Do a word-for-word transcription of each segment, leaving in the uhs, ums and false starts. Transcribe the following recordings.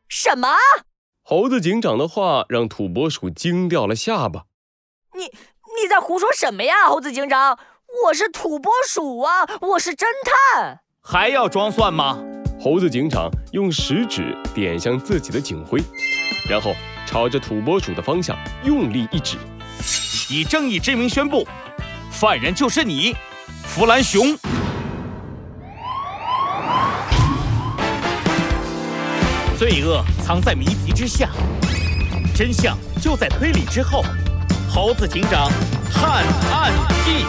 什么？ 猴子警长的话让土拨鼠惊掉了下巴。 你你在胡说什么呀，猴子警长？我是土拨鼠啊，我是侦探。 还要装蒜吗？ 猴子警长用食指点向自己的警徽，然后朝着土拨鼠的方向用力一指， 以正义之名宣布，犯人就是你，弗兰熊。罪恶藏在谜题之下，真相就在推理之后。猴子警长探案记。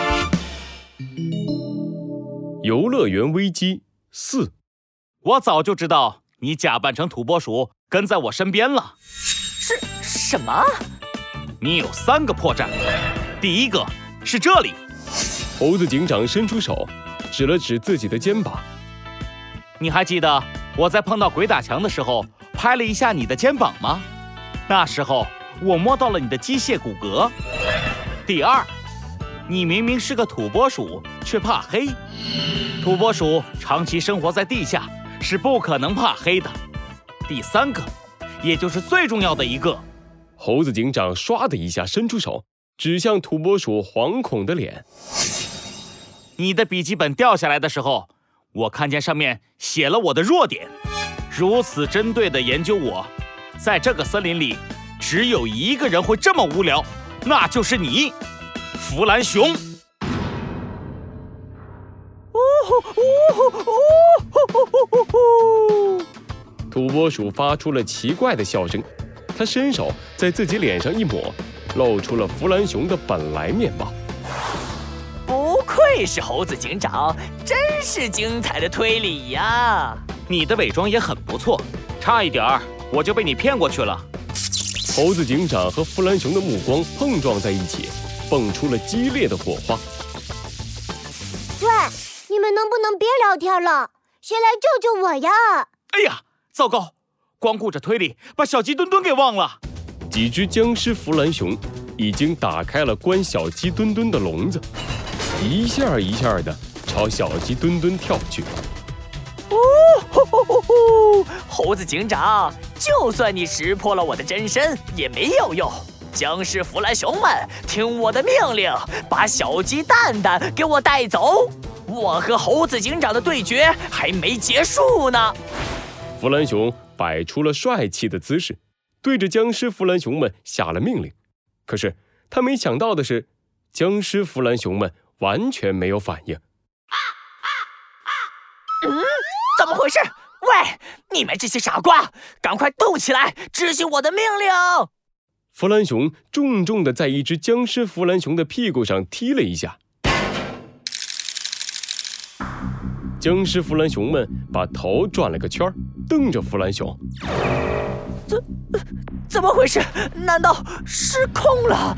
游乐园危机四。 我早就知道你假扮成土拨鼠跟在我身边了。 是什么？ 你有三个破绽，第一个是这里。 猴子警长伸出手，指了指自己的肩膀。 你还记得我在碰到鬼打墙的时候拍了一下你的肩膀吗？那时候我摸到了你的机械骨骼。第二，你明明是个土拨鼠，却怕黑。土拨鼠长期生活在地下，是不可能怕黑的。第三个，也就是最重要的一个， 猴子警长唰的一下伸出手，指向土拨鼠惶恐的脸。 你的笔记本掉下来的时候，我看见上面写了我的弱点。如此针对地研究我，在这个森林里，只有一个人会这么无聊，那就是你，弗兰熊。 土拨鼠发出了奇怪的笑声，他伸手在自己脸上一抹，露出了弗兰熊的本来面貌。 不愧是猴子警长，真是精彩的推理呀！ 你的伪装也很不错，差一点儿我就被你骗过去了。 猴子警长和弗兰熊的目光碰撞在一起，蹦出了激烈的火花。 喂，你们能不能别聊天了？谁来救救我呀？ 哎呀，糟糕！光顾着推理，把小鸡墩墩给忘了。 几只僵尸弗兰熊已经打开了关小鸡墩墩的笼子，一下一下的朝小鸡墩墩跳去。 哦吼吼吼吼！猴子警长，就算你识破了我的真身，也没有用。僵尸弗兰熊们，听我的命令，把小鸡蛋蛋给我带走。我和猴子警长的对决还没结束呢。 弗兰熊摆出了帅气的姿势，对着僵尸弗兰熊们下了命令。可是他没想到的是，僵尸弗兰熊们完全没有反应。 嗯，怎么回事？喂，你们这些傻瓜，赶快动起来，执行我的命令！ 弗兰熊重重地在一只僵尸弗兰熊的屁股上踢了一下。僵尸弗兰熊们把头转了个圈，瞪着弗兰熊。 怎怎么回事？难道失控了？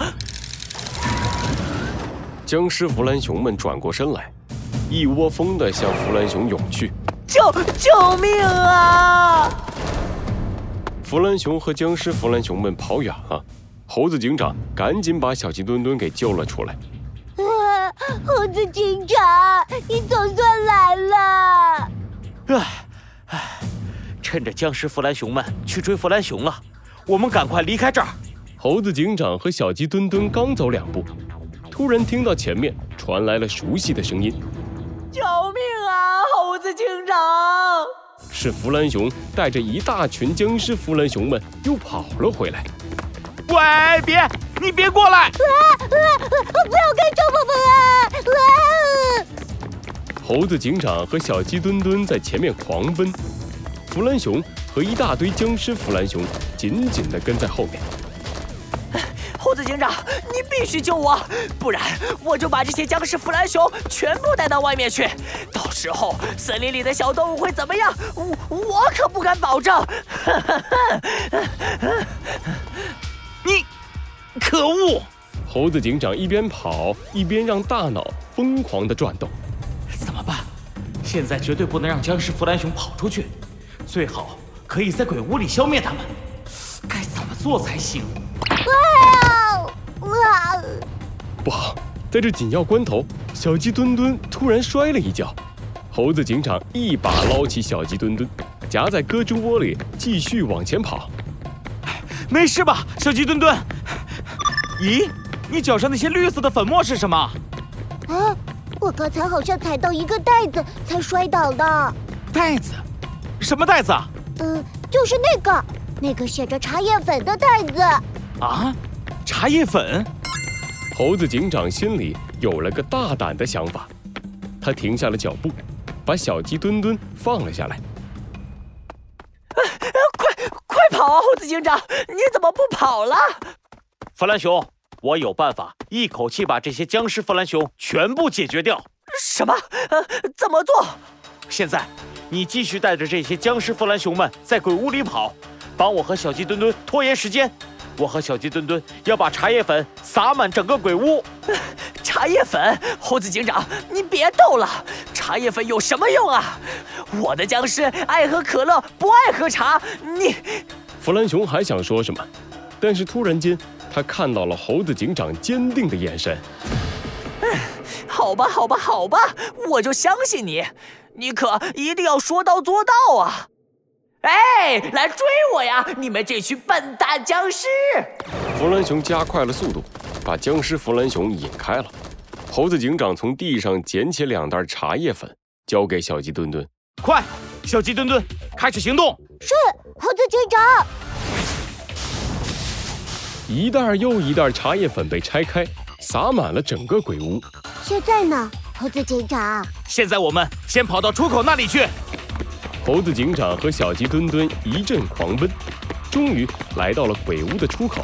僵尸弗兰熊们转过身来，一窝蜂地向弗兰熊涌去。 救救命啊！ 弗兰熊和僵尸弗兰熊们跑远了，猴子警长赶紧把小鸡墩墩给救了出来。 啊，猴子警长，你总算来了！ 唉唉，趁着僵尸弗兰熊们去追弗兰熊了，我们赶快离开这儿。 猴子警长和小鸡墩墩刚走两步，突然听到前面传来了熟悉的声音：“ 救命啊，猴子警长！” 是弗兰熊带着一大群僵尸弗兰熊们又跑了回来。 喂，别，你别过来！ 啊啊！不要看着我们啊！啊！ 猴子警长和小鸡墩墩在前面狂奔，弗兰熊和一大堆僵尸弗兰熊紧紧地跟在后面。 猴子警长，你必须救我，不然我就把这些僵尸弗兰熊全部带到外面去。到时候森林里的小动物会怎么样？我我可不敢保证。 你，可恶！ 猴子警长一边跑一边让大脑疯狂地转动。 怎么办？现在绝对不能让僵尸弗兰熊跑出去，最好可以在鬼屋里消灭他们。该怎么做才行？ 不好，在这紧要关头，小鸡墩墩突然摔了一跤。猴子警长一把捞起小鸡墩墩， 夹在胳肢窝里继续往前跑。 没事吧，小鸡墩墩？咦，你脚上那些绿色的粉末是什么？ 啊，我刚才好像踩到一个袋子才摔倒的。 袋子？什么袋子啊？ 嗯，就是那个，那个写着茶叶粉的袋子。 啊，茶叶粉？ 猴子警长心里有了个大胆的想法，他停下了脚步，把小鸡墩墩放了下来。 快快跑啊，猴子警长！你怎么不跑了？ 弗兰熊，我有办法，一口气把这些僵尸弗兰熊全部解决掉。 什么？呃，怎么做？ 现在，你继续带着这些僵尸弗兰熊们在鬼屋里跑，帮我和小鸡墩墩拖延时间。我和小鸡墩墩要把茶叶粉撒满整个鬼屋。 茶叶粉？猴子警长，你别逗了！茶叶粉有什么用啊？我的僵尸爱喝可乐，不爱喝茶。你…… 弗兰熊还想说什么，但是突然间，他看到了猴子警长坚定的眼神。 好吧，好吧，好吧，我就相信你。你可一定要说到做到啊！哎，来追我呀！你们这群笨蛋僵尸！ 弗兰熊加快了速度，把僵尸弗兰熊引开了。猴子警长从地上捡起两袋茶叶粉，交给小鸡墩墩。 快，小鸡墩墩，开始行动！ 是，猴子警长。 一袋又一袋茶叶粉被拆开，撒满了整个鬼屋。 现在呢，猴子警长？ 现在我们先跑到出口那里去。 猴子警长和小鸡墩墩一阵狂奔，终于来到了鬼屋的出口。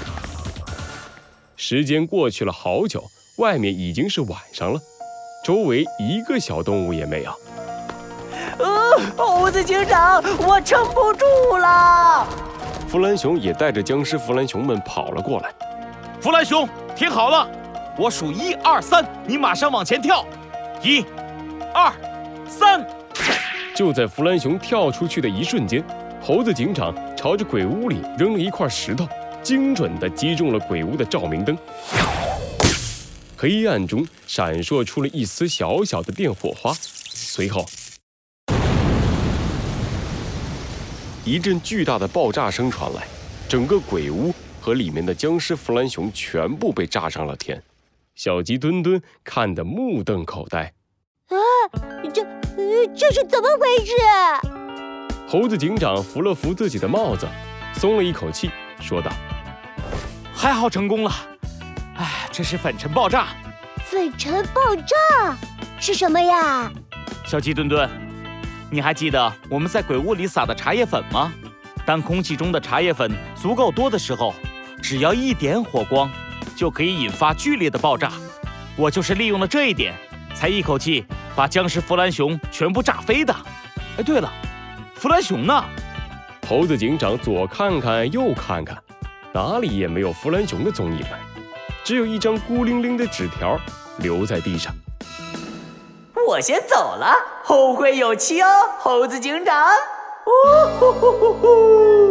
时间过去了好久，外面已经是晚上了，周围一个小动物也没有。 呃，猴子警长，我撑不住了！ 弗兰熊也带着僵尸弗兰熊们跑了过来。 弗兰熊，听好了，我数一二三，你马上往前跳。一、二、三。 就在弗兰熊跳出去的一瞬间，猴子警长朝着鬼屋里扔了一块石头，精准地击中了鬼屋的照明灯。黑暗中闪烁出了一丝小小的电火花，随后一阵巨大的爆炸声传来，整个鬼屋和里面的僵尸弗兰熊全部被炸上了天。小鸡墩墩看得目瞪口呆。 啊，这这是怎么回事？ 猴子警长扶了扶自己的帽子，松了一口气，说道：“ 还好成功了。哎，这是粉尘爆炸。 粉尘爆炸是什么呀？” 小鸡墩墩，你还记得我们在鬼屋里撒的茶叶粉吗？当空气中的茶叶粉足够多的时候，只要一点火光，就可以引发剧烈的爆炸。我就是利用了这一点，才一口气把僵尸弗兰熊全部炸飞的。哎，对了，弗兰熊呢？ 猴子警长左看看右看看，哪里也没有弗兰熊的踪影了，只有一张孤零零的纸条留在地上。 我先走了，后会有期哦，猴子警长。呜呼呼呼呼。